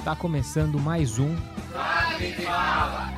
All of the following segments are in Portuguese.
Tá começando mais um Clave de Fala.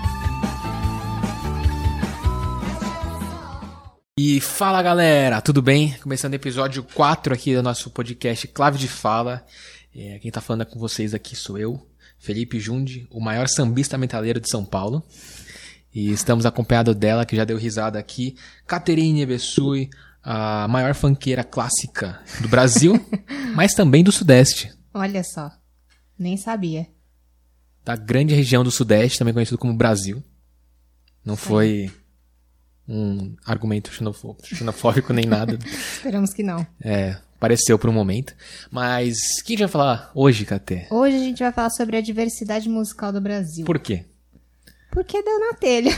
E fala galera, tudo bem? Começando o episódio 4 aqui do nosso podcast Clave de Fala. Quem tá falando com vocês aqui sou eu, Felipe Jundi, o maior sambista metaleiro de São Paulo. E estamos acompanhados dela, que já deu risada aqui, Caterine Bessui, a maior funkeira clássica do Brasil, mas também do Sudeste. Olha só, nem sabia. Da grande região do Sudeste, também conhecido como Brasil. Não foi um argumento xenofóbico nem nada. Esperamos que não. Pareceu por um momento. Mas o que a gente vai falar hoje, Catê? Hoje a gente vai falar sobre a diversidade musical do Brasil. Por quê? Porque deu na telha.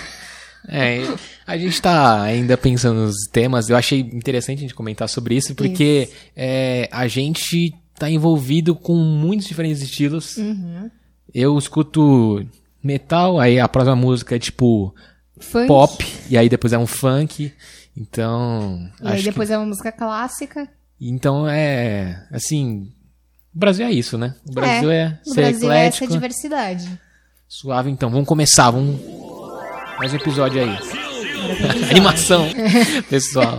A gente tá ainda pensando nos temas. Eu achei interessante a gente comentar sobre isso, porque a gente tá envolvido com muitos diferentes estilos. Uhum. Eu escuto metal, aí a próxima música é tipo Funk. pop, e aí depois é um funk. Então. E aí depois é uma música clássica. Então assim. O Brasil é isso, né? O Brasil é o ser Brasil eclético. É essa diversidade. Suave, então. Vamos começar. Mais um episódio aí. Animação, pessoal.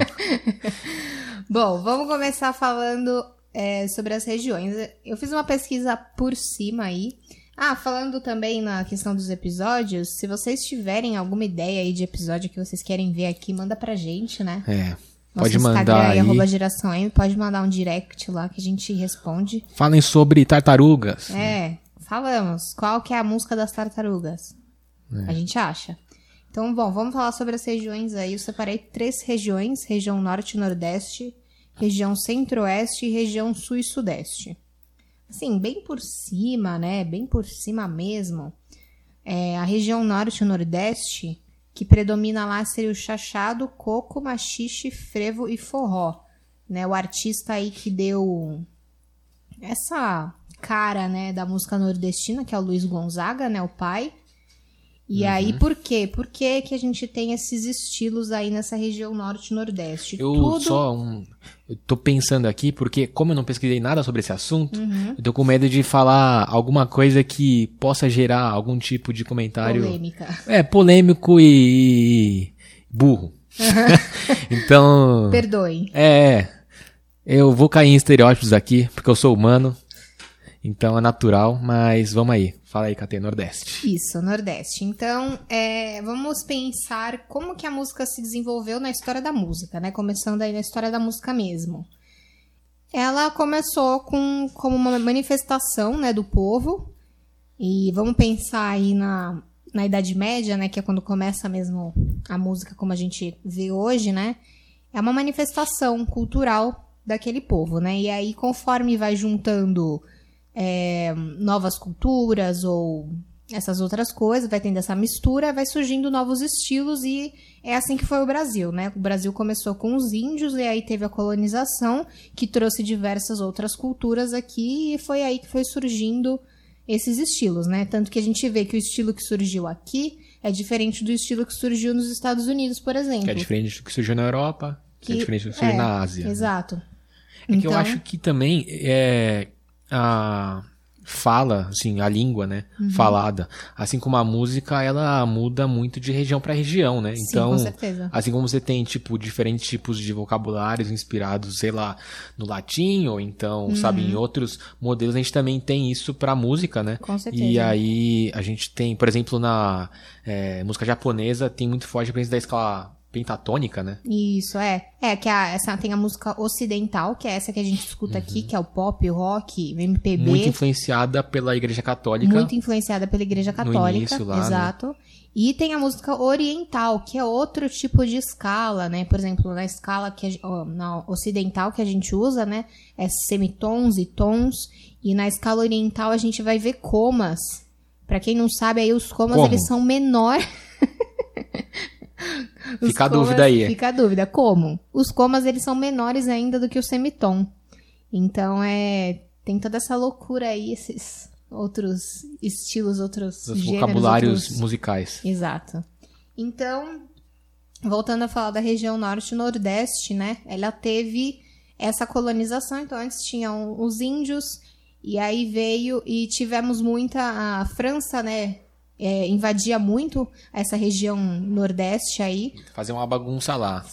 Bom, vamos começar falando sobre as regiões. Eu fiz uma pesquisa por cima aí. Falando também na questão dos episódios, se vocês tiverem alguma ideia aí de episódio que vocês querem ver aqui, manda pra gente, né? Pode Nosso mandar Instagram aí. @geração M, pode mandar um direct lá que a gente responde. Falem sobre tartarugas. Falamos. Qual que é a música das tartarugas? A gente acha. Então, bom, vamos falar sobre as regiões aí. Eu separei 3 regiões: região norte e nordeste, região centro-oeste e região sul e sudeste. Assim, bem por cima, né? Bem por cima mesmo. A região norte e nordeste, que predomina lá seria o chachado, coco, machixe, frevo e forró. Né? O artista aí que deu essa cara, né, da música nordestina, que é o Luiz Gonzaga, né, o pai. E aí, por quê? Por que que a gente tem esses estilos aí nessa região norte e nordeste? Eu tô pensando aqui, porque como eu não pesquisei nada sobre esse assunto, eu tô com medo de falar alguma coisa que possa gerar algum tipo de comentário... Polêmica. Polêmico e burro. Então... Perdoem. Eu vou cair em estereótipos aqui, porque eu sou humano, então é natural, mas vamos aí. Fala aí, Catê, Nordeste. Isso, Nordeste. Então, vamos pensar como que a música se desenvolveu na história da música, né? Começando aí na história da música mesmo. Ela começou como uma manifestação, né, do povo. E vamos pensar aí na Idade Média, né? Que é quando começa mesmo a música como a gente vê hoje, né? É uma manifestação cultural daquele povo, né? E aí, conforme vai juntando... novas culturas ou essas outras coisas, vai tendo essa mistura, vai surgindo novos estilos e é assim que foi o Brasil, né? O Brasil começou com os índios e aí teve a colonização que trouxe diversas outras culturas aqui e foi aí que foi surgindo esses estilos, né? Tanto que a gente vê que o estilo que surgiu aqui é diferente do estilo que surgiu nos Estados Unidos, por exemplo. Que é diferente do que surgiu na Europa, que é diferente do que surgiu na Ásia. Exato. Né? Que eu acho que também a fala, assim, a língua, né, falada, assim como a música, ela muda muito de região para região, né? Sim, então, com certeza. assim como você tem, tipo, diferentes tipos de vocabulários inspirados, sei lá, no latim, ou então, sabe, em outros modelos, a gente também tem isso pra música, né? Com certeza. E aí, a gente tem, por exemplo, na música japonesa, tem muito forte a presença da escala pentatônica, né? Isso, que essa tem a música ocidental, que é essa que a gente escuta aqui, que é o pop, o rock, o MPB. Muito influenciada pela Igreja Católica. Muito influenciada pela Igreja Católica, no início, lá, exato. Né? E tem a música oriental, que é outro tipo de escala, né? Por exemplo, na escala na ocidental que a gente usa, né? É semitons e tons. E na escala oriental a gente vai ver comas. Pra quem não sabe, aí os comas, eles são menor... Fica a dúvida aí. Fica a dúvida. Como? Os comas, eles são menores ainda do que o semitom. Então, tem toda essa loucura aí, esses outros estilos, outros gêneros. Vocabulários musicais. Exato. Então, voltando a falar da região norte e nordeste, né? Ela teve essa colonização. Então, antes tinham os índios E aí veio e tivemos a França, né, invadia muito essa região nordeste aí. Fazia uma bagunça lá.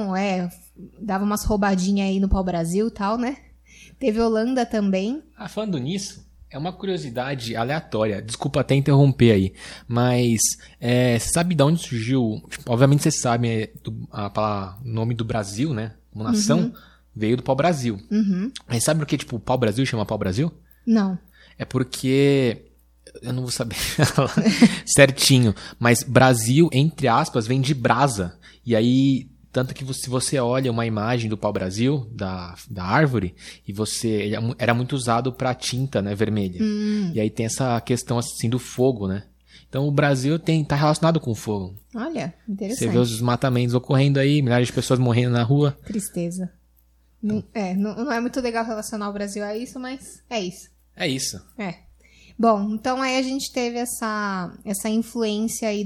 Dava umas roubadinhas aí no pau-brasil e tal, né? Teve Holanda também. Falando nisso, é uma curiosidade aleatória. Desculpa até interromper aí. Mas você sabe de onde surgiu... Tipo, obviamente você sabe o nome do Brasil, né? Como nação, veio do pau-brasil. Mas sabe por que tipo, o pau-brasil chama pau-brasil? Não. É porque... Eu não vou saber certinho. Mas Brasil, entre aspas, vem de brasa. E aí... Tanto que se você olha uma imagem do pau-brasil, da árvore, e ele era muito usado para tinta, né, vermelha. E aí tem essa questão assim do fogo, né? Então o Brasil tá relacionado com o fogo. Olha, interessante. Você vê os desmatamentos ocorrendo aí, milhares de pessoas morrendo na rua. Tristeza. Não é muito legal relacionar o Brasil a isso, mas é isso. É isso. Bom, então aí a gente teve essa influência aí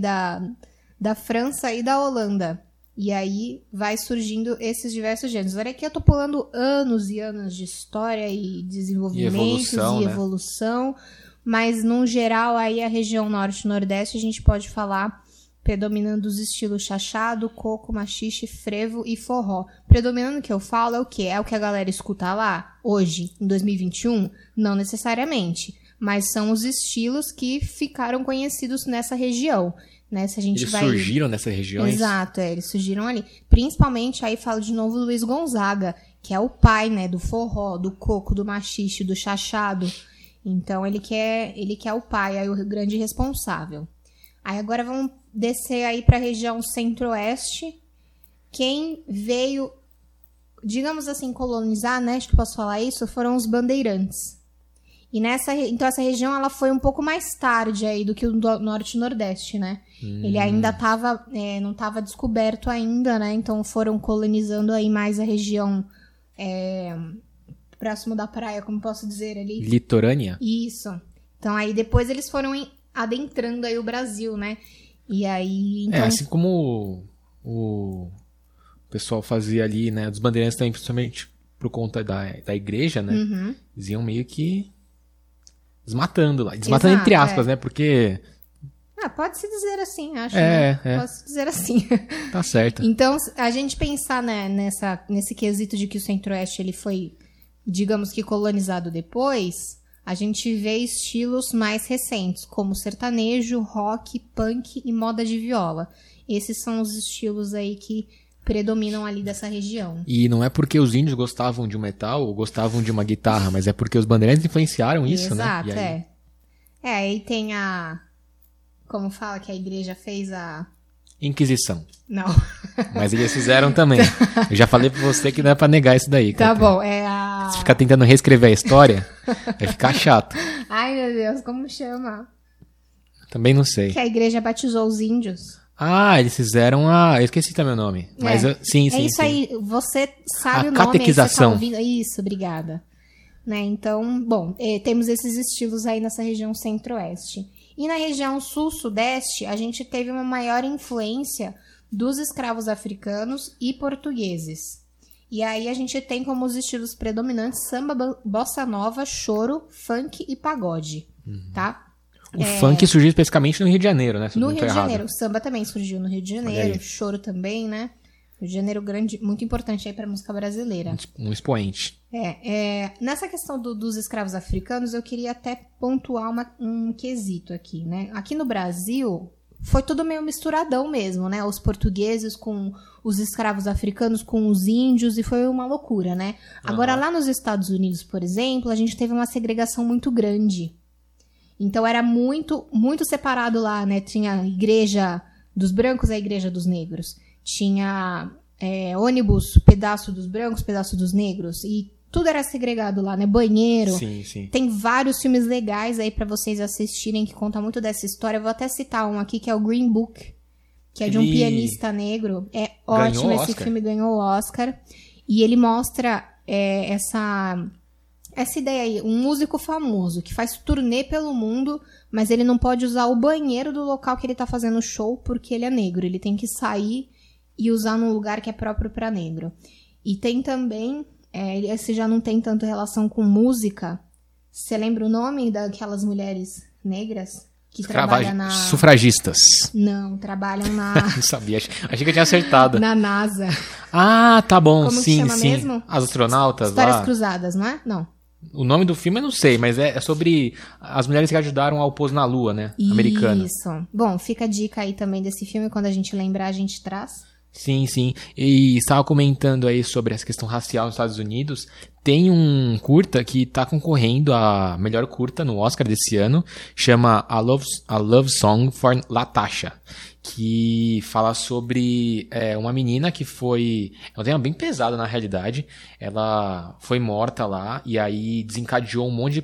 da França e da Holanda. E aí vai surgindo esses diversos gêneros. Olha aqui, eu tô pulando anos e anos de história e desenvolvimentos e evolução. Né? Mas, no geral, aí a região norte e nordeste a gente pode falar predominando os estilos chachado, coco, machixe, frevo e forró. Predominando o que eu falo é o quê? É o que a galera escuta lá hoje, em 2021? Não necessariamente. Mas são os estilos que ficaram conhecidos nessa região. Né, se a gente surgiram nessas regiões? Exato, eles surgiram ali. Principalmente, aí falo de novo Luiz Gonzaga, que é o pai, né, do forró, do coco, do machixe, do chachado. Então, ele que é o pai, aí o grande responsável. Aí agora vamos descer aí para a região centro-oeste. Quem veio, digamos assim, colonizar, né, acho que posso falar isso, foram os bandeirantes. E então essa região ela foi um pouco mais tarde aí do que o norte e nordeste, né? Ele ainda não estava descoberto ainda, né? Então foram colonizando aí mais a região próximo da praia, como posso dizer ali? Litorânea? Isso. Então aí depois eles foram adentrando aí o Brasil, né? E aí... Então... assim como o pessoal fazia ali, né? Dos bandeirantes também, principalmente por conta da igreja, né? Eles iam meio que... desmatando lá. Desmatando exato, entre aspas, né? Porque... pode-se dizer assim, acho. Né? Posso dizer assim. Tá certo. Então, a gente pensar, né, nesse quesito de que o Centro-Oeste ele foi, digamos que, colonizado depois, a gente vê estilos mais recentes, como sertanejo, rock, punk e moda de viola. Esses são os estilos aí que predominam ali dessa região. E não é porque os índios gostavam de um metal ou gostavam de uma guitarra, mas é porque os bandeirantes influenciaram isso, exato, né? Exato, aí tem como fala que a igreja fez a... Inquisição. Não. Mas eles fizeram também. Eu já falei pra você que não é pra negar isso daí. Tá bom, Se ficar tentando reescrever a história, vai ficar chato. Ai, meu Deus, como chama? Também não sei. Que a igreja batizou os índios. Eles fizeram eu esqueci também o nome. Mas sim. É isso aí, você sabe o nome. Catequização. Você tá ouvindo? Isso, obrigada. Né? Então, bom, temos esses estilos aí nessa região centro-oeste. E na região sul-sudeste, a gente teve uma maior influência dos escravos africanos e portugueses. E aí a gente tem como os estilos predominantes samba, bossa nova, choro, funk e pagode, tá? O funk surgiu especificamente no Rio de Janeiro, né? No Rio de Janeiro. O samba também surgiu no Rio de Janeiro, o choro também, né? Rio de Janeiro grande, muito importante aí para a música brasileira. Um expoente. Nessa questão dos escravos africanos, eu queria até pontuar um quesito aqui, né? Aqui no Brasil, foi tudo meio misturadão mesmo, né? Os portugueses com os escravos africanos com os índios, e foi uma loucura, né? Agora, lá nos Estados Unidos, por exemplo, a gente teve uma segregação muito grande. Então, era muito, muito separado lá, né? Tinha a igreja dos brancos e a igreja dos negros. Tinha ônibus, pedaço dos brancos, pedaço dos negros. E tudo era segregado lá, né? Banheiro. Sim. Tem vários filmes legais aí pra vocês assistirem que contam muito dessa história. Eu vou até citar um aqui, que é o Green Book, que é de um pianista negro. É ótimo, esse filme ganhou o Oscar. E ele mostra essa ideia aí, um músico famoso que faz turnê pelo mundo, mas ele não pode usar o banheiro do local que ele tá fazendo show porque ele é negro. Ele tem que sair e usar num lugar que é próprio para negro. E tem também, esse já não tem tanto relação com música, Você lembra o nome daquelas mulheres negras que trabalham na... Sufragistas. Não, trabalham na... Não sabia, achei que eu tinha acertado. Na NASA. Ah, tá bom, Como sim, que chama sim. mesmo? As astronautas Histórias lá. Cruzadas, não é? Não. O nome do filme eu não sei, mas é sobre as mulheres que ajudaram ao pouso na Lua, né? Americana. Isso. Bom, fica a dica aí também desse filme, quando a gente lembrar a gente traz. Sim, sim. E estava comentando aí sobre essa questão racial nos Estados Unidos. Tem um curta que está concorrendo a melhor curta no Oscar desse ano. Chama A Love Song for Latasha. Que fala sobre uma menina que foi... É um tema bem pesado na realidade. Ela foi morta lá e aí desencadeou um monte de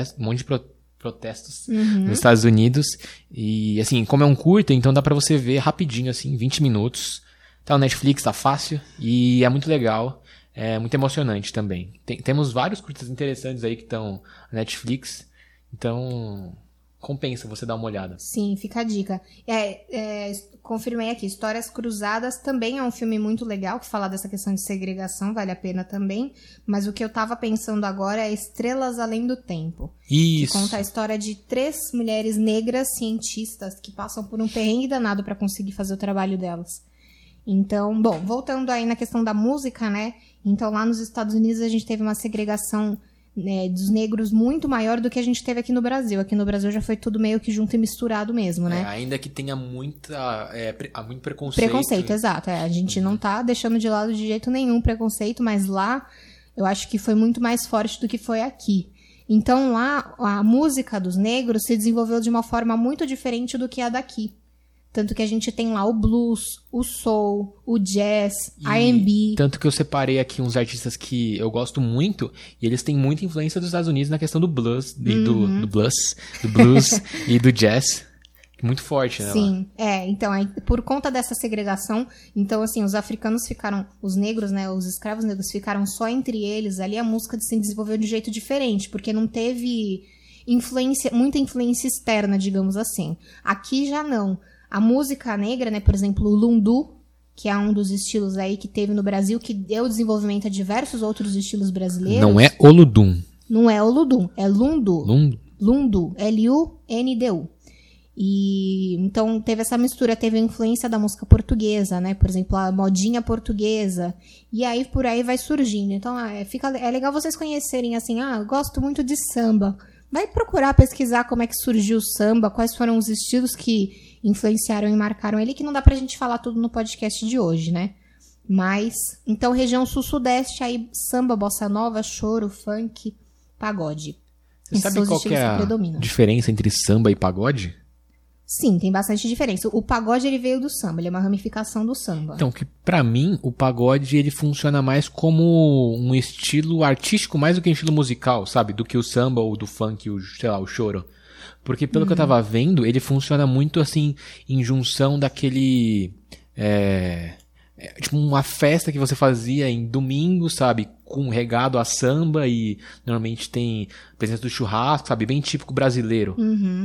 protestos nos Estados Unidos. E assim, como é um curta, então dá pra você ver rapidinho, assim, 20 minutos. Tá no Netflix, tá fácil e é muito legal, é muito emocionante também. Temos vários curtas interessantes aí que estão na Netflix, então compensa você dar uma olhada. Sim, fica a dica. Confirmei aqui, Histórias Cruzadas também é um filme muito legal, que fala dessa questão de segregação, vale a pena também, mas o que eu tava pensando agora é Estrelas Além do Tempo. Isso. Que conta a história de 3 mulheres negras cientistas que passam por um perrengue danado para conseguir fazer o trabalho delas. Então, bom, voltando aí na questão da música, né? Então, lá nos Estados Unidos a gente teve uma segregação, né, dos negros muito maior do que a gente teve aqui no Brasil. Aqui no Brasil já foi tudo meio que junto e misturado mesmo, né? Ainda que tenha muito preconceito. Preconceito, exato. A gente não tá deixando de lado de jeito nenhum preconceito, mas lá eu acho que foi muito mais forte do que foi aqui. Então, lá a música dos negros se desenvolveu de uma forma muito diferente do que a daqui. Tanto que a gente tem lá o blues, o soul, o jazz, R&B. Tanto que eu separei aqui uns artistas que eu gosto muito, e eles têm muita influência dos Estados Unidos na questão do blues, do blues e do jazz. Muito forte, né? Sim, então, aí, por conta dessa segregação, então, assim, os africanos ficaram, os negros, né, os escravos negros ficaram só entre eles, ali a música se desenvolveu de um jeito diferente, porque não teve muita influência externa, digamos assim. Aqui já não. A música negra, né, por exemplo, o lundu, que é um dos estilos aí que teve no Brasil, que deu desenvolvimento a diversos outros estilos brasileiros. Não é Oludum. Não é Oludum, é lundu. Lundu. Lundu, L-U-N-D-U. E então teve essa mistura, teve a influência da música portuguesa, né? Por exemplo, a modinha portuguesa. E aí por aí vai surgindo. Então é legal vocês conhecerem assim, eu gosto muito de samba. Vai procurar pesquisar como é que surgiu o samba, quais foram os estilos que influenciaram e marcaram ele, que não dá pra gente falar tudo no podcast de hoje, né? Mas, então, região sul-sudeste, aí samba, bossa nova, choro, funk, pagode. Você sabe qual que é a diferença entre samba e pagode? Sim, tem bastante diferença. O pagode, ele veio do samba, ele é uma ramificação do samba. Então, que pra mim, o pagode, ele funciona mais como um estilo artístico, mais do que um estilo musical, sabe? Do que o samba ou do funk, o choro. Porque pelo que eu tava vendo, ele funciona muito assim, em junção daquele... tipo uma festa que você fazia em domingo, sabe? Com regado a samba e normalmente tem presença do churrasco, sabe? Bem típico brasileiro. Uhum.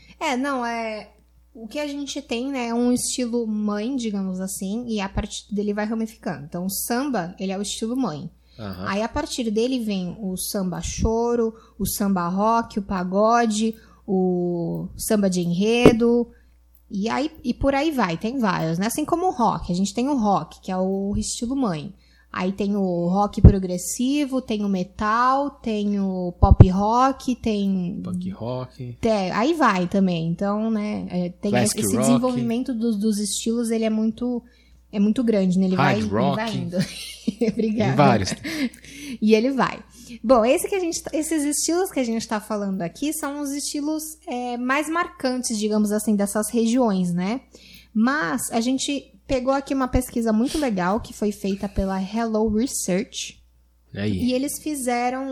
O que a gente tem, né, é um estilo mãe, digamos assim, e a partir dele vai ramificando. Então, o samba, ele é o estilo mãe. Uhum. Aí, a partir dele vem o samba choro, o samba rock, o pagode, o samba de enredo, e por aí vai, tem vários, né? Assim como o rock, a gente tem o rock, que é o estilo mãe. Aí tem o rock progressivo, tem o metal, tem o pop rock, tem... Punk rock. Aí vai também. Então, né, tem esse rock. Desenvolvimento dos estilos, ele é muito grande, né? Ele vai indo. Obrigada. Tem vários. E ele vai. Bom, esses estilos que a gente está falando aqui são os estilos mais marcantes, digamos assim, dessas regiões, né? Mas a gente pegou aqui uma pesquisa muito legal que foi feita pela Hello Research. E eles fizeram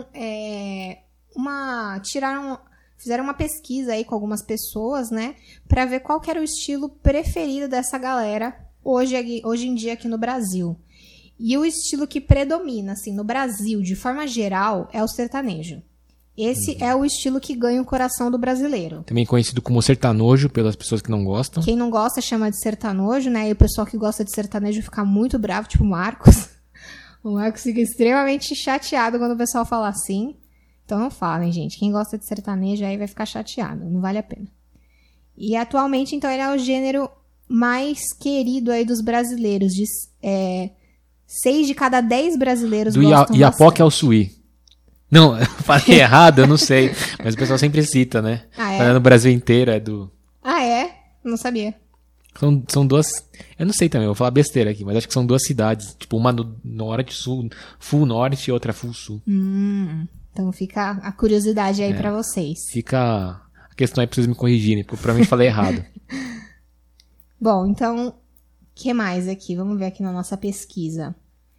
fizeram uma pesquisa aí com algumas pessoas, né? Para ver qual que era o estilo preferido dessa galera hoje em dia aqui no Brasil. E o estilo que predomina, assim, no Brasil, de forma geral, é o sertanejo. Esse é o estilo que ganha o coração do brasileiro. Também conhecido como sertanojo, pelas pessoas que não gostam. Quem não gosta chama de sertanojo, né? E o pessoal que gosta de sertanejo fica muito bravo, tipo o Marcos. O Marcos fica extremamente chateado quando o pessoal fala assim. Então não falem, gente. Quem gosta de sertanejo aí vai ficar chateado. Não vale a pena. E atualmente, então, ele é o gênero mais querido aí dos brasileiros. 6 de cada 10 brasileiros gostam Iapoque bastante. ao Suí. Não, eu falei errado, eu não sei. Mas o pessoal sempre cita, né? Ah, é? No Brasil inteiro é do... Ah, é? Não sabia. São duas... Eu não sei também, eu vou falar besteira aqui, mas acho que são duas cidades. Tipo, uma no norte, sul, full norte e outra full sul. Então fica a curiosidade aí pra vocês. Fica a questão aí pra vocês me corrigirem, porque eu provavelmente falei errado. Bom, então, o que mais aqui? Vamos ver aqui na nossa pesquisa.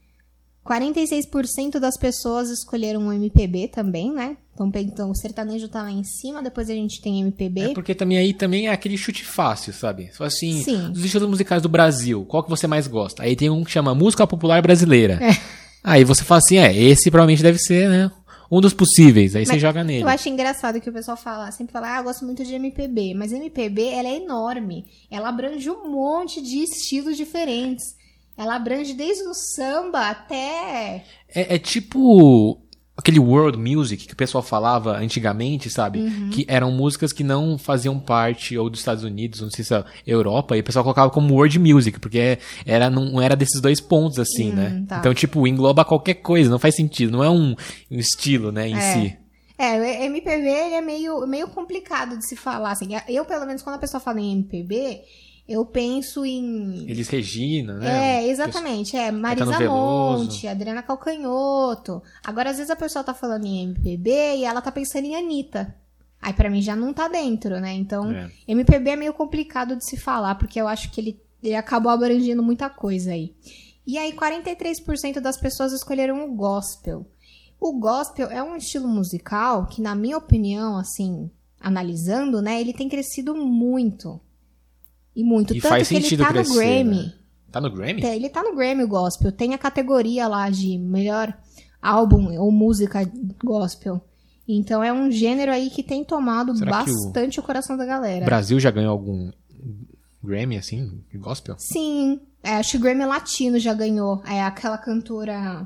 46% das pessoas escolheram o MPB também, né? Então o sertanejo tá lá em cima, depois a gente tem MPB. É porque também é aquele chute fácil, sabe? Só assim, Sim. dos estilos musicais do Brasil, qual que você mais gosta? Aí tem um que chama Música Popular Brasileira. Aí você fala assim, esse provavelmente deve ser, né? Um dos possíveis, aí você joga nele. Eu acho engraçado que o pessoal sempre fala, eu gosto muito de MPB. Mas MPB, ela é enorme. Ela abrange um monte de estilos diferentes. Ela abrange desde o samba até... É tipo aquele world music que o pessoal falava antigamente, sabe? Que eram músicas que não faziam parte ou dos Estados Unidos, não sei se é Europa, e o pessoal colocava como world music, porque não era desses dois pontos, assim, né? Tá. Então, tipo, engloba qualquer coisa, não faz sentido, não é um estilo, né, em si. o MPB ele é meio complicado de se falar, assim. Eu, pelo menos, quando a pessoa fala em MPB... Eu penso em... Elis Regina, né? Exatamente. Marisa Monte, Adriana Calcanhoto. Agora, às vezes a pessoa tá falando em MPB e ela tá pensando em Anitta. Aí, pra mim, já não tá dentro, né? Então, MPB é meio complicado de se falar, porque eu acho que ele acabou abrangendo muita coisa aí. E aí, 43% das pessoas escolheram o gospel. O gospel é um estilo musical que, na minha opinião, assim, analisando, né? Ele tem crescido muito. E muito. E tanto faz que ele sentido tá crescer, no Grammy. né? Tá no Grammy? Ele tá no Grammy, o gospel. Tem a categoria lá de melhor álbum ou música gospel. Então é um gênero aí que tem tomado bastante o coração da galera. O Brasil já ganhou algum Grammy, assim, de gospel? Sim. Acho que o Grammy Latino já ganhou. É aquela cantora...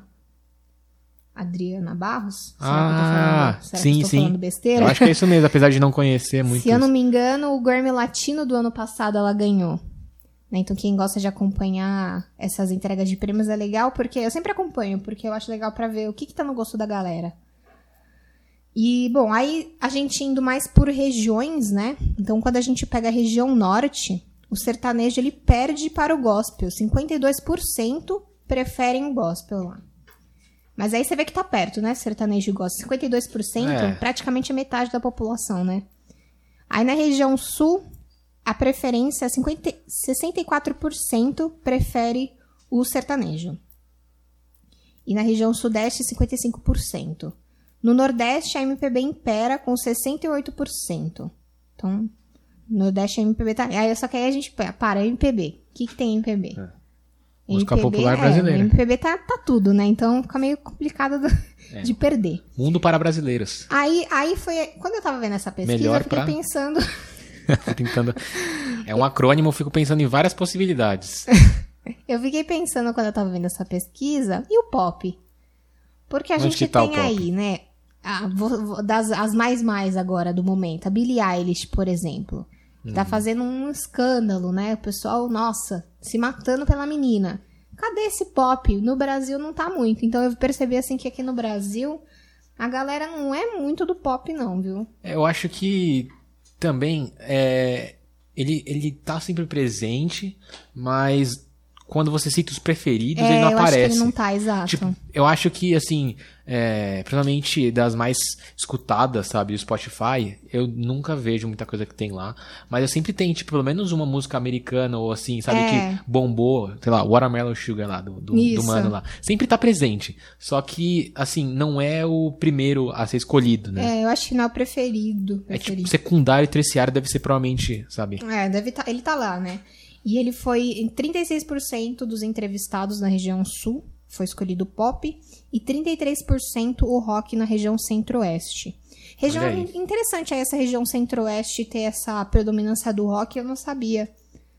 Adriana Barros? Será que eu tô falando besteira? Eu acho que é isso mesmo, apesar de não conhecer muito. Se eu não me engano, o Grammy Latino do ano passado ela ganhou. Então quem gosta de acompanhar essas entregas de prêmios é legal, porque eu sempre acompanho, porque eu acho legal pra ver o que tá no gosto da galera. E, bom, aí a gente indo mais por regiões, né? Então quando a gente pega a região norte, o sertanejo ele perde para o gospel. 52% preferem o gospel lá. Mas aí você vê que tá perto, né? Sertanejo e gospel. 52%, praticamente a metade da população, né? Aí na região sul, a preferência é 64% prefere o sertanejo. E na região sudeste, 55%. No nordeste, a MPB impera com 68%. Então, no nordeste a MPB tá... Só que aí a gente para, MPB. O que tem MPB? Música popular brasileira. MPB tá tudo, né? Então fica meio complicado de perder. Mundo para brasileiros. Aí foi... Quando eu tava vendo essa pesquisa, eu fiquei pensando... É um acrônimo, eu fico pensando em várias possibilidades. Eu fiquei pensando quando eu tava vendo essa pesquisa, e o pop? Porque a gente tá tem aí, né? As mais agora do momento. A Billie Eilish, por exemplo. Que tá fazendo um escândalo, né? O pessoal, nossa, se matando pela menina. Cadê esse pop? No Brasil não tá muito. Então eu percebi assim que aqui no Brasil a galera não é muito do pop não, viu? Eu acho que também ele tá sempre presente, mas quando você cita os preferidos, ele não aparece. Eu acho que ele não tá, exato. Tipo, eu acho que, assim, principalmente das mais escutadas, sabe, do Spotify, eu nunca vejo muita coisa que tem lá, mas eu sempre tenho, tipo, pelo menos uma música americana ou assim, sabe, que bombou, sei lá, Watermelon Sugar lá, do mano lá. Sempre tá presente, só que, assim, não é o primeiro a ser escolhido, né? Eu acho que não é o preferido. É tipo, secundário e terciário deve ser provavelmente, sabe? Ele tá lá, né? E ele foi em 36% dos entrevistados na região sul, foi escolhido o pop, e 33% o rock na região centro-oeste. Região interessante essa região centro-oeste ter essa predominância do rock, eu não sabia.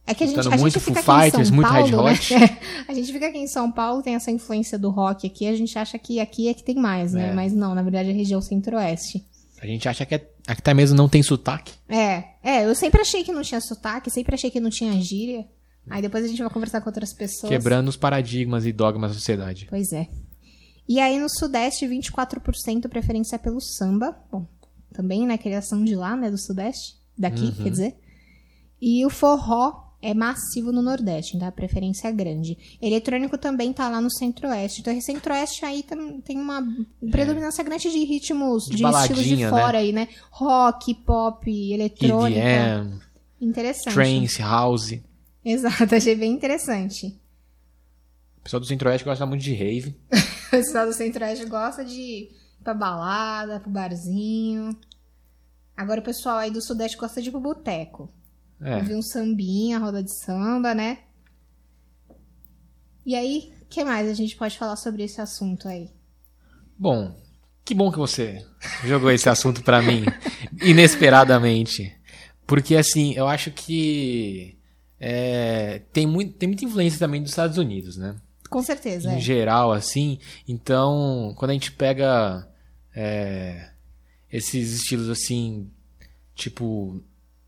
É que a gente muito fica Foo aqui Fighters, em São muito Paulo, Red Hot. né? A gente fica aqui em São Paulo, tem essa influência do rock aqui, a gente acha que aqui é que tem mais, né? Mas não, na verdade é a região centro-oeste. A gente acha que até mesmo não tem sotaque. Eu sempre achei que não tinha sotaque, sempre achei que não tinha gíria. Aí depois a gente vai conversar com outras pessoas. Quebrando os paradigmas e dogmas da sociedade. Pois é. E aí no Sudeste, 24% preferência pelo samba. Bom, também, né, criação de lá, né, do Sudeste. Daqui, quer dizer. E o forró é massivo no Nordeste, então a preferência é grande. Eletrônico também tá lá no Centro-Oeste. Então, o Centro-Oeste aí tem uma predominância grande de ritmos, de estilos de fora, né? Aí, né? Rock, pop, eletrônica. EDM, interessante. trance, house. Exato, achei bem interessante. O pessoal do Centro-Oeste gosta muito de rave. O pessoal do Centro-Oeste gosta de ir pra balada, pro barzinho. Agora o pessoal aí do Sudeste gosta de ir pro boteco. Ouvir um sambinha, roda de samba, né? E aí, o que mais a gente pode falar sobre esse assunto aí? Bom, que bom que você jogou esse assunto pra mim, inesperadamente. Porque, assim, eu acho que tem muita influência também dos Estados Unidos, né? Com certeza, em geral, assim. Então, quando a gente pega esses estilos, assim, tipo...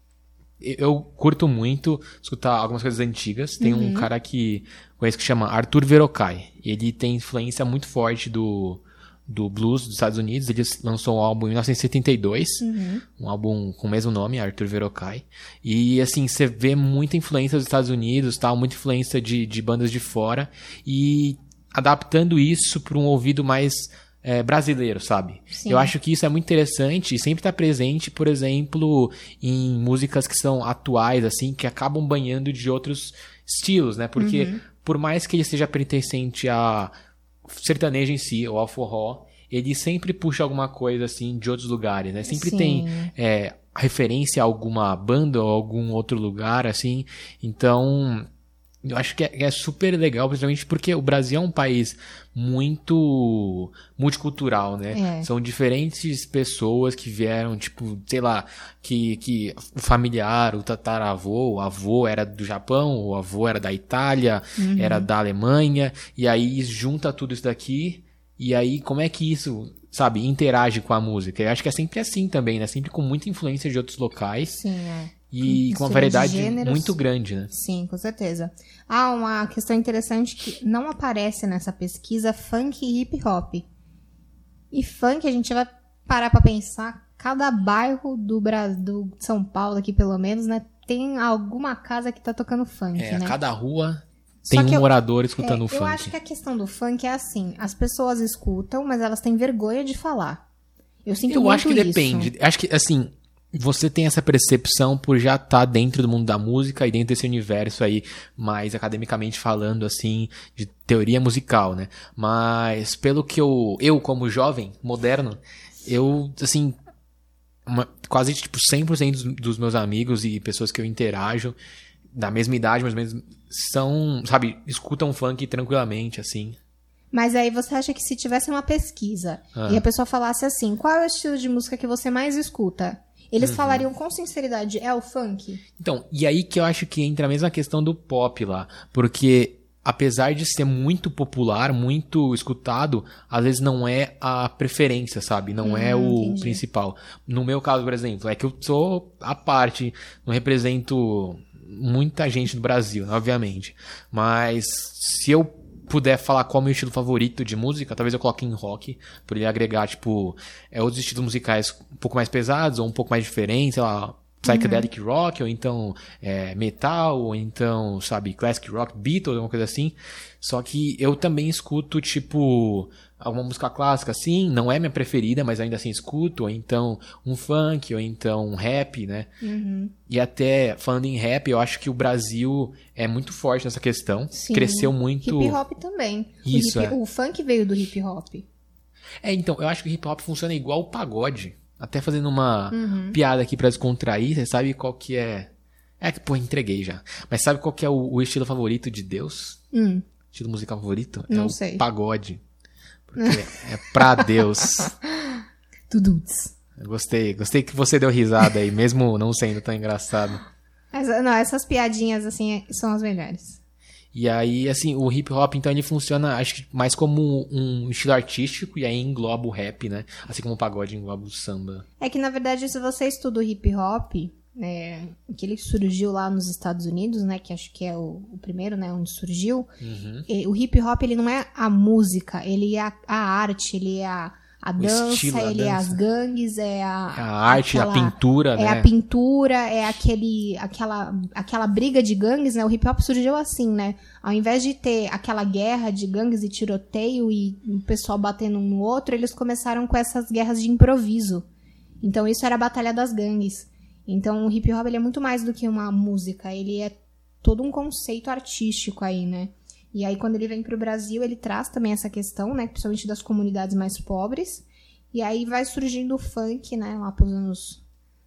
Eu curto muito escutar algumas coisas antigas. Tem um cara que conheço que chama Arthur Verocai. Ele tem influência muito forte do blues dos Estados Unidos. Ele lançou um álbum em 1972. Um álbum com o mesmo nome, Arthur Verocai. E, assim, você vê muita influência dos Estados Unidos, tá? Muita influência de bandas de fora. E adaptando isso para um ouvido mais... brasileiro, sabe? Sim. Eu acho que isso é muito interessante e sempre tá presente, por exemplo, em músicas que são atuais, assim, que acabam banhando de outros estilos, né? Porque por mais que ele seja pertencente a sertanejo em si, ou ao forró, ele sempre puxa alguma coisa, assim, de outros lugares, né? Sempre tem referência a alguma banda ou algum outro lugar, assim. Então... eu acho que é super legal, principalmente porque o Brasil é um país muito multicultural, né? São diferentes pessoas que vieram, tipo, sei lá, que o familiar, o tataravô, o avô era do Japão, o avô era da Itália, era da Alemanha, e aí junta tudo isso daqui, e aí como é que isso, sabe, interage com a música? Eu acho que é sempre assim também, né? Sempre com muita influência de outros locais. Sim, E com uma variedade muito grande, né? Sim, com certeza. Uma questão interessante que não aparece nessa pesquisa, funk e hip hop. E funk, a gente vai parar pra pensar, cada bairro do São Paulo aqui, pelo menos, né? Tem alguma casa que tá tocando funk, né? Cada rua tem um morador escutando funk. Eu acho que a questão do funk é assim, as pessoas escutam, mas elas têm vergonha de falar. Eu sinto muito acho que isso. Depende. Acho que, assim... você tem essa percepção por já estar dentro do mundo da música e dentro desse universo aí, mais academicamente falando, assim, de teoria musical, né? Mas pelo que eu como jovem, moderno, eu, assim, quase, tipo, 100% dos meus amigos e pessoas que eu interajo, da mesma idade, mais ou menos, são, sabe, escutam funk tranquilamente, assim. Mas aí você acha que se tivesse uma pesquisa e a pessoa falasse assim, qual é o estilo de música que você mais escuta? Eles falariam com sinceridade, é o funk? Então, e aí que eu acho que entra a mesma questão do pop lá. Porque, apesar de ser muito popular, muito escutado, às vezes não é a preferência, sabe? Não é o principal. No meu caso, por exemplo, é que eu sou à parte, não represento muita gente do Brasil, obviamente. Mas, se eu puder falar qual é o meu estilo favorito de música, talvez eu coloque em rock, por ele agregar, tipo, outros estilos musicais um pouco mais pesados, ou um pouco mais diferentes, sei lá, psychedelic rock, ou então metal, ou então, sabe, classic rock, Beatles, alguma coisa assim. Só que eu também escuto, tipo, alguma música clássica, assim, não é minha preferida, mas ainda assim escuto, ou então um funk, ou então um rap, né? E até, falando em rap, eu acho que o Brasil é muito forte nessa questão. Sim. Cresceu muito... hip hop também. Isso, o funk veio do hip hop. Então, eu acho que o hip hop funciona igual o pagode. Até fazendo uma piada aqui pra descontrair, você sabe qual que é... pô, entreguei já. Mas sabe qual que é o estilo favorito de Deus? Estilo musical favorito? Não sei. Pagode. Porque é pra Deus. Tuduts. Eu gostei que você deu risada aí, mesmo não sendo tão engraçado. Essas piadinhas, assim, são as melhores. E aí, assim, o hip hop, então, ele funciona, acho que mais como um estilo artístico, e aí engloba o rap, né? Assim como o pagode engloba o samba. É que, na verdade, se você estuda o hip hop, que ele surgiu lá nos Estados Unidos, né? Que acho que é o primeiro, né? Onde surgiu. O hip hop, ele não é a música, ele é a arte, ele é a dança, estilo, ele é as gangues, a arte, a pintura, né? É a pintura, é aquela briga de gangues, né? O hip hop surgiu assim, né? Ao invés de ter aquela guerra de gangues e tiroteio e o pessoal batendo um no outro, eles começaram com essas guerras de improviso. Então isso era a batalha das gangues. Então o hip hop, ele é muito mais do que uma música, ele é todo um conceito artístico aí, né? E aí, quando ele vem pro Brasil, ele traz também essa questão, né? Principalmente das comunidades mais pobres. E aí vai surgindo o funk, né? Lá pelos anos...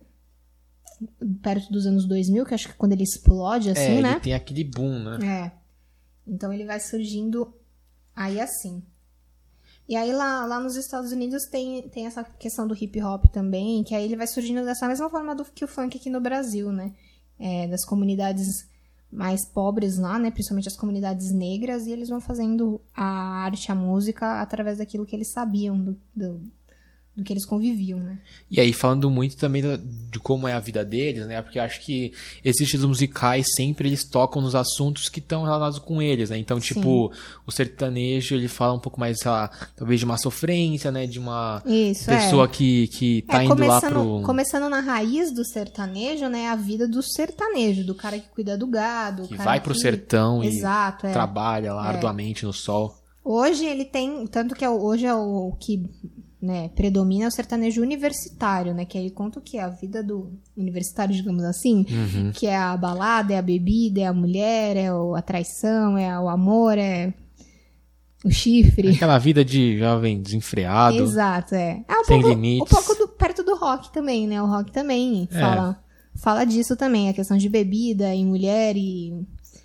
perto dos anos 2000, que acho que quando ele explode, assim, né? Ele tem aquele boom, né? Então, ele vai surgindo aí assim. E aí, lá nos Estados Unidos, tem essa questão do hip hop também, que aí ele vai surgindo dessa mesma forma que o funk aqui no Brasil, né? Das comunidades mais pobres lá, né? Principalmente as comunidades negras, e eles vão fazendo a arte, a música, através daquilo que eles sabiam, do que eles conviviam, né? E aí, falando muito também de como é a vida deles, né? Porque eu acho que esses estilos musicais sempre eles tocam nos assuntos que estão relacionados com eles, né? Então, tipo, o sertanejo, ele fala um pouco mais, sei lá, talvez de uma sofrência, né? De uma pessoa que tá indo lá pro... Começando na raiz do sertanejo, né? A vida do sertanejo, do cara que cuida do gado. Que vai pro sertão e Exato, trabalha lá arduamente no sol. Hoje ele tem... Tanto que hoje é o que... né, predomina o sertanejo universitário, né, que aí conta o que é a vida do universitário, digamos assim, que é a balada, é a bebida, é a mulher, é a traição, é o amor, é o chifre. Aquela vida de jovem desenfreado. Exato, sem limites. Um pouco perto do rock também, né, o rock também fala disso também, a questão de bebida e mulher e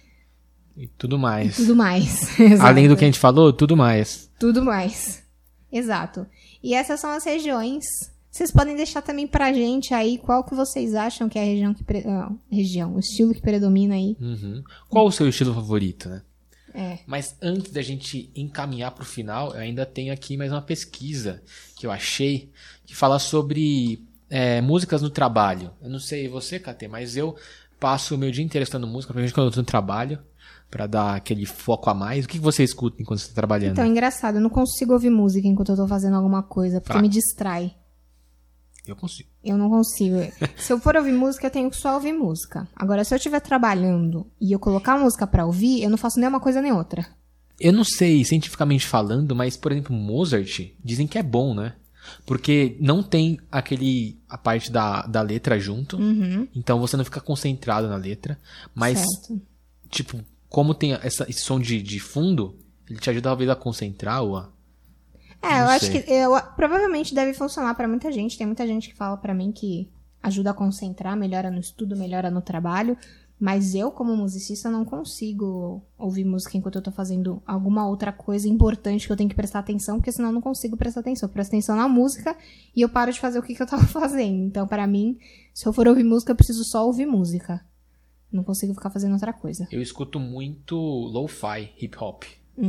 tudo mais. Tudo mais. Além do que a gente falou, tudo mais. Tudo mais. Exato. E essas são as regiões. Vocês podem deixar também pra gente aí qual que vocês acham que é a o estilo que predomina aí. Qual o seu estilo favorito, né? Mas antes da gente encaminhar pro final, eu ainda tenho aqui mais uma pesquisa que eu achei que fala sobre músicas no trabalho. Eu não sei você, Katê, mas eu passo o meu dia inteiro escutando música, principalmente quando eu tô no trabalho, pra dar aquele foco a mais. O que você escuta enquanto você tá trabalhando? Então, engraçado, eu não consigo ouvir música enquanto eu tô fazendo alguma coisa, porque me distrai. Eu consigo. Eu não consigo. Se eu for ouvir música, eu tenho que só ouvir música. Agora, se eu estiver trabalhando e eu colocar a música pra ouvir, eu não faço nem uma coisa nem outra. Eu não sei, cientificamente falando, mas, por exemplo, Mozart, dizem que é bom, né? Porque não tem a parte da letra junto, então você não fica concentrado na letra, mas, tipo... Como tem esse som de fundo, ele te ajuda talvez a concentrar ou a... eu acho que provavelmente deve funcionar pra muita gente. Tem muita gente que fala pra mim que ajuda a concentrar, melhora no estudo, melhora no trabalho. Mas eu, como musicista, não consigo ouvir música enquanto eu tô fazendo alguma outra coisa importante que eu tenho que prestar atenção, porque senão eu não consigo prestar atenção. Eu presto atenção na música e eu paro de fazer o que eu tava fazendo. Então, pra mim, se eu for ouvir música, eu preciso só ouvir música. Não consigo ficar fazendo outra coisa. Eu escuto muito lo-fi, hip-hop.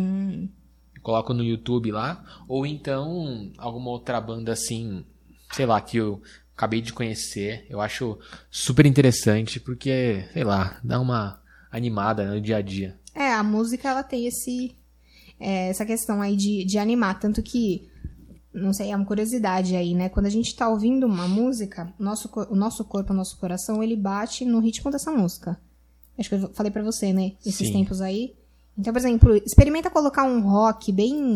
Coloco no YouTube lá. Ou então, alguma outra banda assim, sei lá, que eu acabei de conhecer. Eu acho super interessante, porque, sei lá, dá uma animada no dia a dia. A música, ela tem essa questão aí de animar. Tanto que, não sei, é uma curiosidade aí, né? Quando a gente tá ouvindo uma música, o nosso corpo, o nosso coração, ele bate no ritmo dessa música. Acho que eu falei pra você, né? Esses tempos aí. Então, por exemplo, experimenta colocar um rock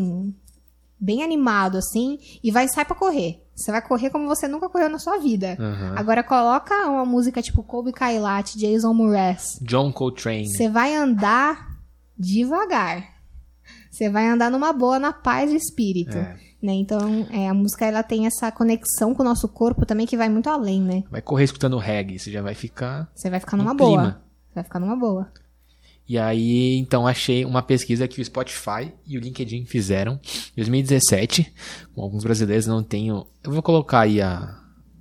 bem animado, assim, e sai pra correr. Você vai correr como você nunca correu na sua vida. Agora, coloca uma música tipo Colby Kailat, Jason Mraz. John Coltrane. Você vai andar devagar. Você vai andar numa boa, na paz de espírito. Né? Então, a música ela tem essa conexão com o nosso corpo também que vai muito além, né? Vai correr escutando reggae, você já vai ficar... Você vai ficar numa boa. Você vai ficar numa boa. E aí, então, achei uma pesquisa que o Spotify e o LinkedIn fizeram em 2017. Com alguns brasileiros, não tenho... Eu vou colocar aí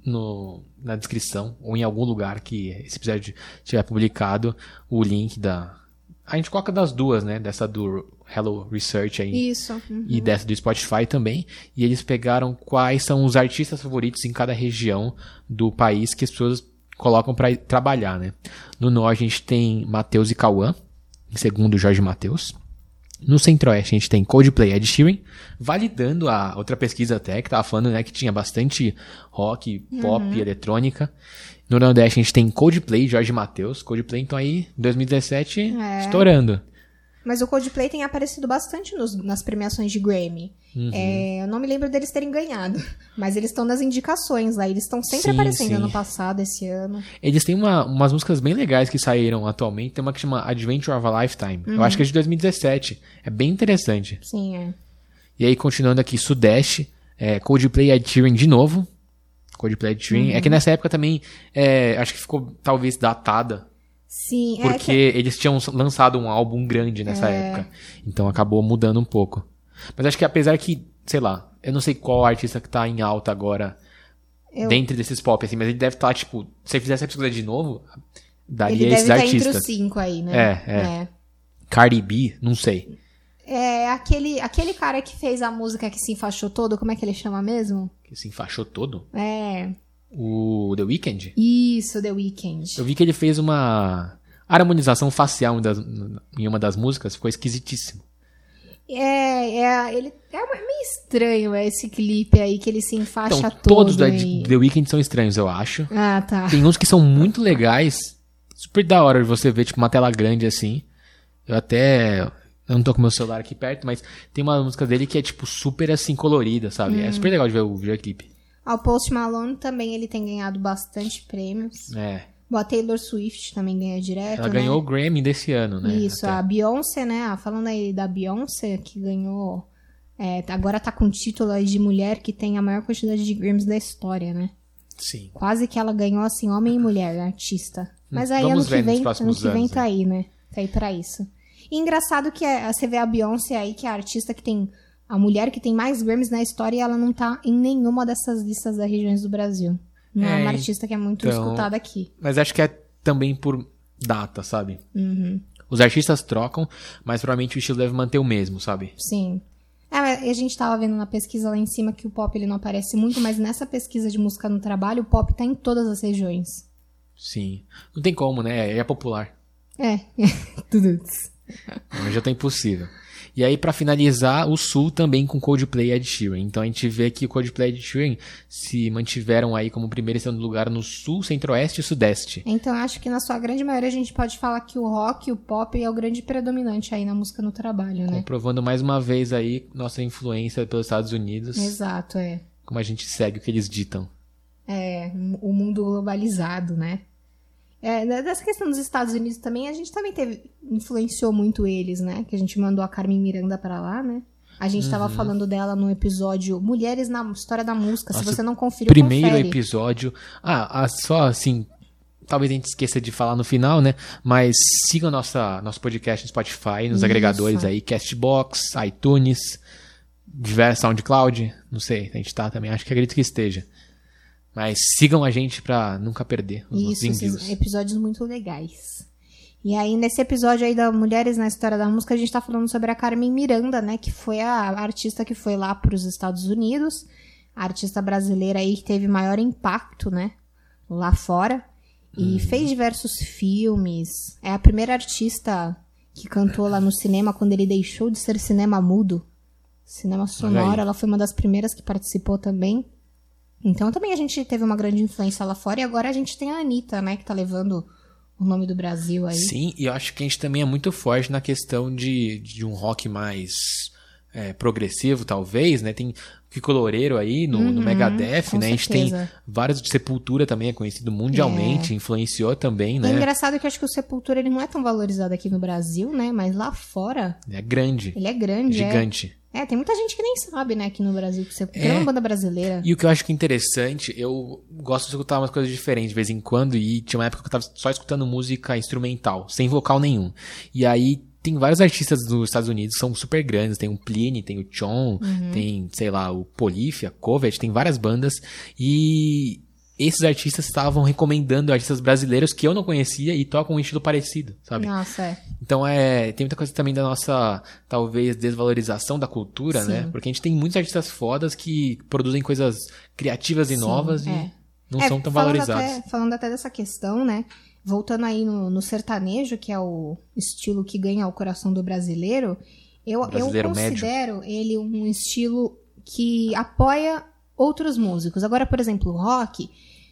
na descrição ou em algum lugar que esse episódio tiver publicado o link da... A gente coloca das duas, né? Dessa do Hello Research aí. Isso. Uhum. E dessa do Spotify também. E eles pegaram quais são os artistas favoritos em cada região do país que as pessoas colocam pra trabalhar, né? No norte a gente tem Matheus e Cauã, em segundo Jorge Mateus. No centro-oeste a gente tem Coldplay e Ed Sheeran, validando a outra pesquisa até, que tava falando, né, que tinha bastante rock, pop e eletrônica. No nordeste a gente tem Coldplay e Jorge Mateus. Coldplay, então aí, 2017, estourando. Mas o Coldplay tem aparecido bastante nas premiações de Grammy. Eu não me lembro deles terem ganhado, mas eles estão nas indicações lá. Eles estão sempre aparecendo ano passado, esse ano. Eles têm umas músicas bem legais que saíram atualmente. Tem uma que chama Adventure of a Lifetime. Eu acho que é de 2017. É bem interessante. Sim, é. E aí, continuando aqui, Sudeste, Coldplay e Ed Sheeran de novo. Coldplay e Ed Sheeran. É que nessa época também, acho que ficou talvez datada. Sim, porque eles tinham lançado um álbum grande nessa época. Então acabou mudando um pouco. Mas acho que apesar que, sei lá, eu não sei qual artista que tá em alta agora dentre desses pop, assim, mas ele deve estar, tipo, se ele fizesse a pesquisa de novo, daria esses artistas. Ele deve estar entre os 5 aí, né? Cardi B, não sei. Aquele cara que fez a música que se enfaixou todo, como é que ele chama mesmo? Que se enfaixou todo? O The Weeknd? Isso, The Weeknd. Eu vi que ele fez uma harmonização facial em uma das músicas, ficou esquisitíssimo. Ele é meio estranho esse clipe aí, que ele se enfaixa então, todo. Todos do The Weeknd são estranhos, eu acho. Ah, tá. Tem uns que são muito legais, super da hora de você ver, tipo, uma tela grande assim. Eu não tô com meu celular aqui perto, mas tem uma música dele que é, tipo, super, assim, colorida, sabe? É super legal de ver o videoclipe. O Post Malone também, ele tem ganhado bastante prêmios. A Taylor Swift também ganha direto, Ela ganhou o Grammy desse ano, né? Isso, a Beyoncé, né? Falando aí da Beyoncé, que ganhou... agora tá com o título aí de mulher que tem a maior quantidade de Grammys da história, né? Sim. Quase que ela ganhou, assim, homem e mulher, artista. Mas aí Vamos ano que vem anos, tá aí, né? Tá aí pra isso. E engraçado que você vê a Beyoncé aí, que é a artista que tem... A mulher que tem mais Grammys na história, e ela não tá em nenhuma dessas listas das regiões do Brasil. Não é uma artista que é muito escutada aqui. Mas acho que é também por data, sabe? Os artistas trocam, mas provavelmente o estilo deve manter o mesmo, sabe? Sim. A gente tava vendo na pesquisa lá em cima que o pop ele não aparece muito, mas nessa pesquisa de música no trabalho, o pop tá em todas as regiões. Sim. Não tem como, né? É popular. Tudo isso. Hoje é impossível. E aí, pra finalizar, o Sul também com Coldplay e Ed Sheeran. Então a gente vê que o Coldplay e Ed Sheeran se mantiveram aí como primeiro e segundo lugar no Sul, Centro-Oeste e Sudeste. Então acho que na sua grande maioria a gente pode falar que o rock e o pop é o grande predominante aí na música no trabalho, né? Comprovando mais uma vez aí nossa influência pelos Estados Unidos. Exato, Como a gente segue o que eles ditam. O mundo globalizado, né? Dessa questão dos Estados Unidos também, a gente também influenciou muito eles, né? Que a gente mandou a Carmen Miranda pra lá, né? A gente tava falando dela no episódio Mulheres na História da Música. Nossa, se você não conferiu, primeiro confere. Episódio. Só assim, talvez a gente esqueça de falar no final, né? Mas sigam nosso podcast no Spotify, nos agregadores aí, Castbox, iTunes, diversos SoundCloud, não sei, a gente tá também, acho que acredito que esteja. Mas sigam a gente pra nunca perder os nossos envios. Esses episódios muito legais. E aí, nesse episódio aí da Mulheres na História da Música, a gente tá falando sobre a Carmen Miranda, né? Que foi a artista que foi lá pros Estados Unidos. A artista brasileira aí que teve maior impacto, né? Lá fora. E fez diversos filmes. É a primeira artista que cantou lá no cinema quando ele deixou de ser cinema mudo. Cinema sonoro. Ela foi uma das primeiras que participou também. Então também a gente teve uma grande influência lá fora. E agora a gente tem a Anitta, né? Que tá levando o nome do Brasil aí. Sim, e eu acho que a gente também é muito forte na questão de um rock mais progressivo, talvez, né? Tem o Kiko Loureiro aí no Megadeth, né? A gente tem vários de Sepultura também, é conhecido mundialmente, influenciou também, né? É engraçado que eu acho que o Sepultura ele não é tão valorizado aqui no Brasil, né? Mas lá fora... Ele é grande. Ele é grande, gigante. Tem muita gente que nem sabe, né, aqui no Brasil, que Sepultura é uma banda brasileira. E o que eu acho que é interessante, eu gosto de escutar umas coisas diferentes de vez em quando, e tinha uma época que eu tava só escutando música instrumental, sem vocal nenhum. E aí tem vários artistas dos Estados Unidos que são super grandes, tem o Pliny, tem o Chon, tem, sei lá, o Polifia, Covet, tem várias bandas, e esses artistas estavam recomendando artistas brasileiros que eu não conhecia e tocam um estilo parecido, sabe? Nossa, é. Então tem muita coisa também da nossa, talvez, desvalorização da cultura, né? Porque a gente tem muitos artistas fodas que produzem coisas criativas e novas e não são tão valorizados. Falando até dessa questão, né? Voltando aí no sertanejo, que é o estilo que ganha o coração do brasileiro, eu considero ele um estilo que apoia outros músicos. Agora, por exemplo, o rock,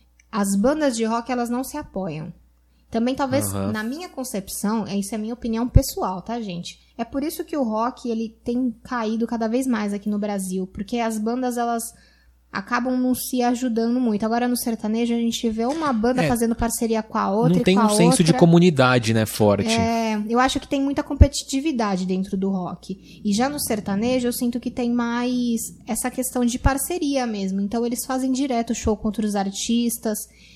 as bandas de rock, elas não se apoiam. Também, talvez, na minha concepção, isso é minha opinião pessoal, tá, gente? É por isso que o rock, ele tem caído cada vez mais aqui no Brasil, porque as bandas, elas acabam não se ajudando muito. Agora, no sertanejo, a gente vê uma banda fazendo parceria com a outra não tem um senso de comunidade, né, forte. Eu acho que tem muita competitividade dentro do rock. E já no sertanejo, eu sinto que tem mais essa questão de parceria mesmo. Então, eles fazem direto show com outros artistas.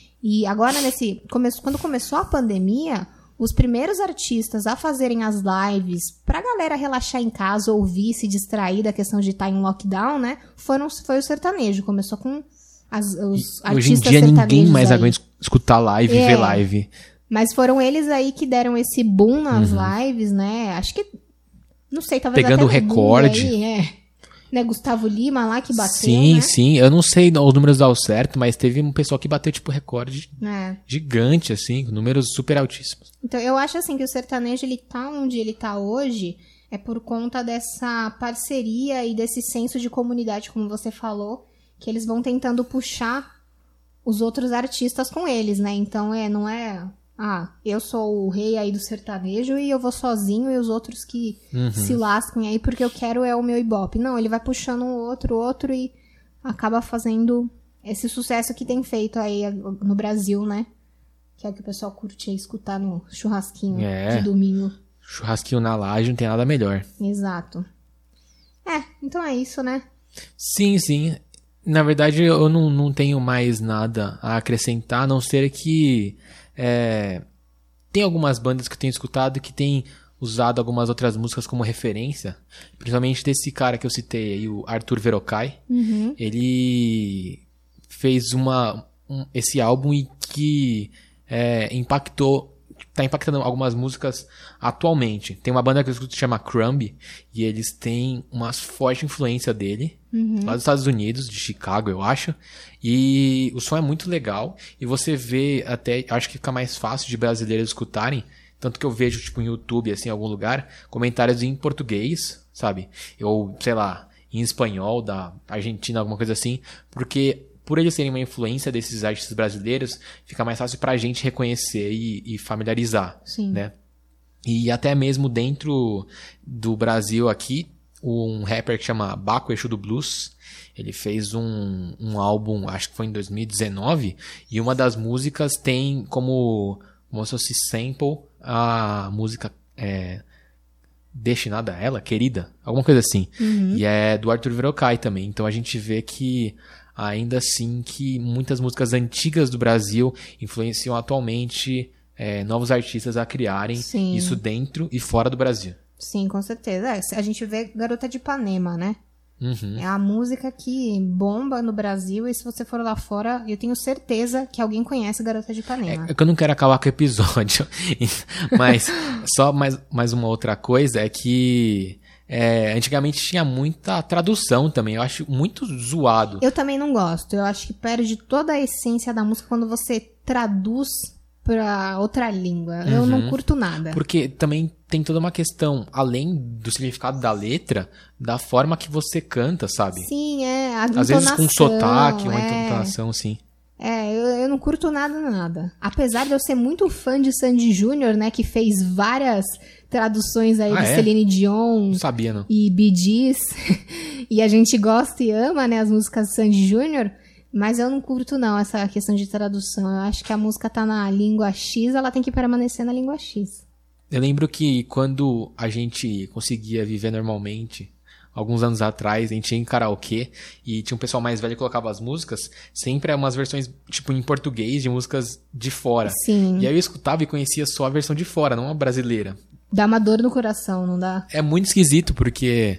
E agora, quando começou a pandemia, os primeiros artistas a fazerem as lives pra galera relaxar em casa, ouvir, se distrair da questão de estar em lockdown, né? Foi o sertanejo. Começou com os artistas Hoje em dia ninguém mais aguenta escutar live e ver live. Mas foram eles aí que deram esse boom nas lives, né? Acho que, não sei, talvez pegando o até recorde. Aí, né? Gustavo Lima lá que bateu, sim, né? Sim. Eu não sei os números ao certo, mas teve um pessoal que bateu, tipo, recorde gigante, assim, com números super altíssimos. Então, eu acho, assim, que o sertanejo, ele tá onde ele tá hoje é por conta dessa parceria e desse senso de comunidade, como você falou, que eles vão tentando puxar os outros artistas com eles, né? Então, não é... eu sou o rei aí do sertanejo e eu vou sozinho e os outros que se lasquem aí porque eu quero o meu ibope. Não, ele vai puxando um outro e acaba fazendo esse sucesso que tem feito aí no Brasil, né? Que é o que o pessoal curte aí escutar no churrasquinho de domingo. Churrasquinho na laje, não tem nada melhor. Exato. Então é isso, né? Sim. Na verdade, eu não tenho mais nada a acrescentar, a não ser que... tem algumas bandas que eu tenho escutado que tem usado algumas outras músicas como referência, principalmente desse cara que eu citei aí, o Arthur Verocai. Ele fez esse álbum e que tá impactando algumas músicas atualmente. Tem uma banda que eu escuto que chama Crumb e eles têm uma forte influência dele, lá dos Estados Unidos, de Chicago, eu acho. E o som é muito legal e você vê até, acho que fica mais fácil de brasileiros escutarem, tanto que eu vejo, tipo, em YouTube, assim, em algum lugar, comentários em português, sabe? Ou, sei lá, em espanhol, da Argentina, alguma coisa assim, porque... por eles terem uma influência desses artistas brasileiros, fica mais fácil pra gente reconhecer e familiarizar, né? E até mesmo dentro do Brasil aqui, um rapper que chama Baco Exu do Blues, ele fez um álbum, acho que foi em 2019, e uma das músicas tem como se fosse sample a música destinada a ela, Querida, alguma coisa assim. E é do Arthur Verocai também, então a gente vê que ainda assim que muitas músicas antigas do Brasil influenciam atualmente novos artistas a criarem isso dentro e fora do Brasil. Sim, com certeza. A gente vê Garota de Ipanema, né? É a música que bomba no Brasil e se você for lá fora, eu tenho certeza que alguém conhece Garota de Ipanema. É que eu não quero acabar com o episódio, mas só mais uma outra coisa é que... antigamente tinha muita tradução também, eu acho muito zoado. Eu também não gosto, eu acho que perde toda a essência da música quando você traduz pra outra língua. Eu não curto nada. Porque também tem toda uma questão, além do significado da letra, da forma que você canta, sabe? Sim, a entonação. Às vezes com sotaque, uma entonação, sim. Eu não curto nada. Apesar de eu ser muito fã de Sandy Júnior, né, que fez várias traduções aí de Celine Dion, não sabia, não. E Bee Gees, e a gente gosta e ama, né, as músicas de Sandy Júnior, mas eu não curto não essa questão de tradução. Eu acho que a música tá na língua X, ela tem que permanecer na língua X. Eu lembro que quando a gente conseguia viver normalmente, alguns anos atrás, a gente ia em karaokê e tinha um pessoal mais velho que colocava as músicas, sempre umas versões, tipo, em português, de músicas de fora. Sim. E aí eu escutava e conhecia só a versão de fora, não a brasileira. Dá uma dor no coração, não dá? É muito esquisito, porque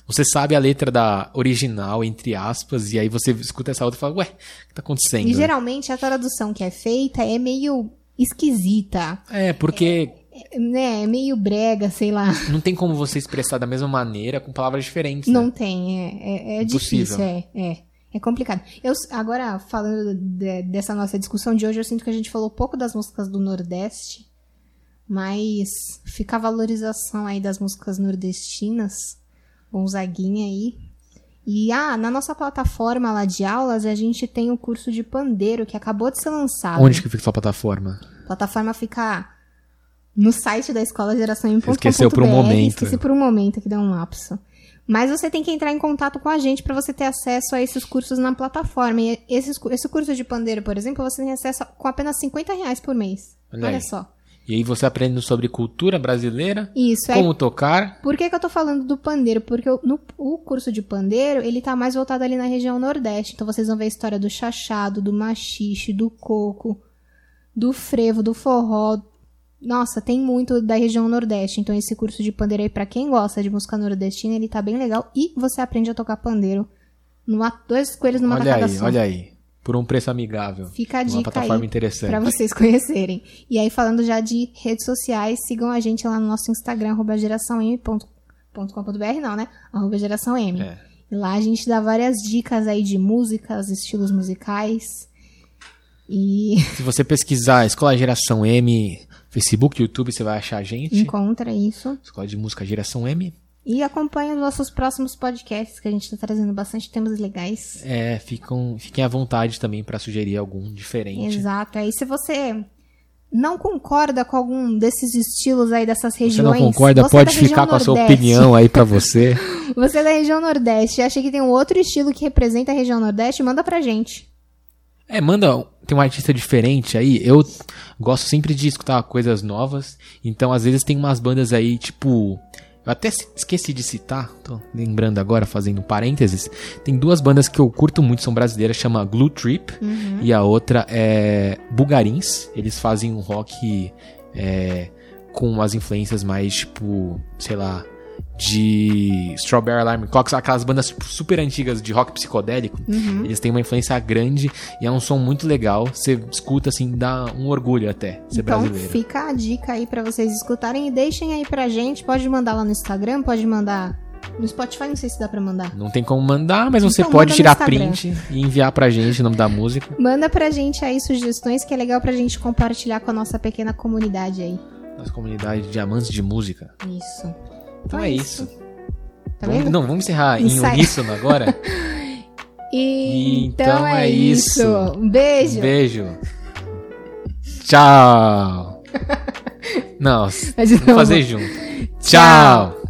você sabe a letra da original, entre aspas, e aí você escuta essa outra e fala, ué, o que tá acontecendo? E geralmente a tradução que é feita é meio esquisita. Porque... É meio brega, sei lá. Não tem como você expressar da mesma maneira com palavras diferentes, Não né? tem, é difícil, é complicado. Agora, falando dessa nossa discussão de hoje, eu sinto que a gente falou pouco das músicas do Nordeste, mas fica a valorização aí das músicas nordestinas, Gonzaguinha aí. E, na nossa plataforma lá de aulas, a gente tem o curso de pandeiro, que acabou de ser lançado. Onde que fica a sua plataforma? A plataforma fica no site da Escola Geração.com.br. Esqueceu por um momento. Esqueci por um momento, que deu um lapso. Mas você tem que entrar em contato com a gente para você ter acesso a esses cursos na plataforma. E esse curso de pandeiro, por exemplo, você tem acesso com apenas R$50 por mês. Olha só. E aí você aprende sobre cultura brasileira, isso, como tocar. Por que eu tô falando do pandeiro? Porque o curso de pandeiro, ele tá mais voltado ali na região Nordeste. Então vocês vão ver a história do chachado, do maxixe, do coco, do frevo, do forró. Nossa, tem muito da região Nordeste. Então esse curso de pandeiro aí, pra quem gosta de música nordestina, ele tá bem legal. E você aprende a tocar pandeiro. Dois coelhos numa tacada só. Olha aí. Por um preço amigável. Fica a dica uma plataforma aí interessante pra vocês conhecerem. E aí, falando já de redes sociais, sigam a gente lá no nosso Instagram, @geraçãom.com.br, não, né? @geraçãom. E lá a gente dá várias dicas aí de músicas, estilos musicais. E se você pesquisar Escola Geração M, Facebook, YouTube, você vai achar a gente. Encontra isso. Escola de Música Geração M. E acompanhe os nossos próximos podcasts, que a gente tá trazendo bastante temas legais. Fiquem à vontade também para sugerir algum diferente. Exato. Aí se você não concorda com algum desses estilos aí, dessas regiões... Você não concorda, pode ficar com a sua opinião aí pra você. Você é da região Nordeste e acha que tem um outro estilo que representa a região Nordeste, manda pra gente. Tem um artista diferente aí, eu gosto sempre de escutar coisas novas, então às vezes tem umas bandas aí, tipo... Eu até esqueci de citar, tô lembrando agora, fazendo parênteses. Tem duas bandas que eu curto muito, são brasileiras, chama Glue Trip, e a outra é Bugarins. Eles fazem um rock com umas influências mais, tipo, sei lá, de Strawberry Alarm Clock, aquelas bandas super antigas de rock psicodélico. Eles têm uma influência grande e é um som muito legal. Você escuta assim, dá um orgulho até ser brasileiro. Então fica a dica aí pra vocês escutarem e deixem aí pra gente. Pode mandar lá no Instagram, pode mandar no Spotify, não sei se dá pra mandar. Não tem como mandar, mas você então, pode tirar print e enviar pra gente o nome da música. Manda pra gente aí sugestões, que é legal pra gente compartilhar com a nossa pequena comunidade aí. Nossa comunidade de amantes de música. Isso. Então é isso. Tá vendo? Vamos encerrar em uníssono agora? Então é isso. Um beijo. Beijo. Tchau. Não, vamos fazer junto. Tchau.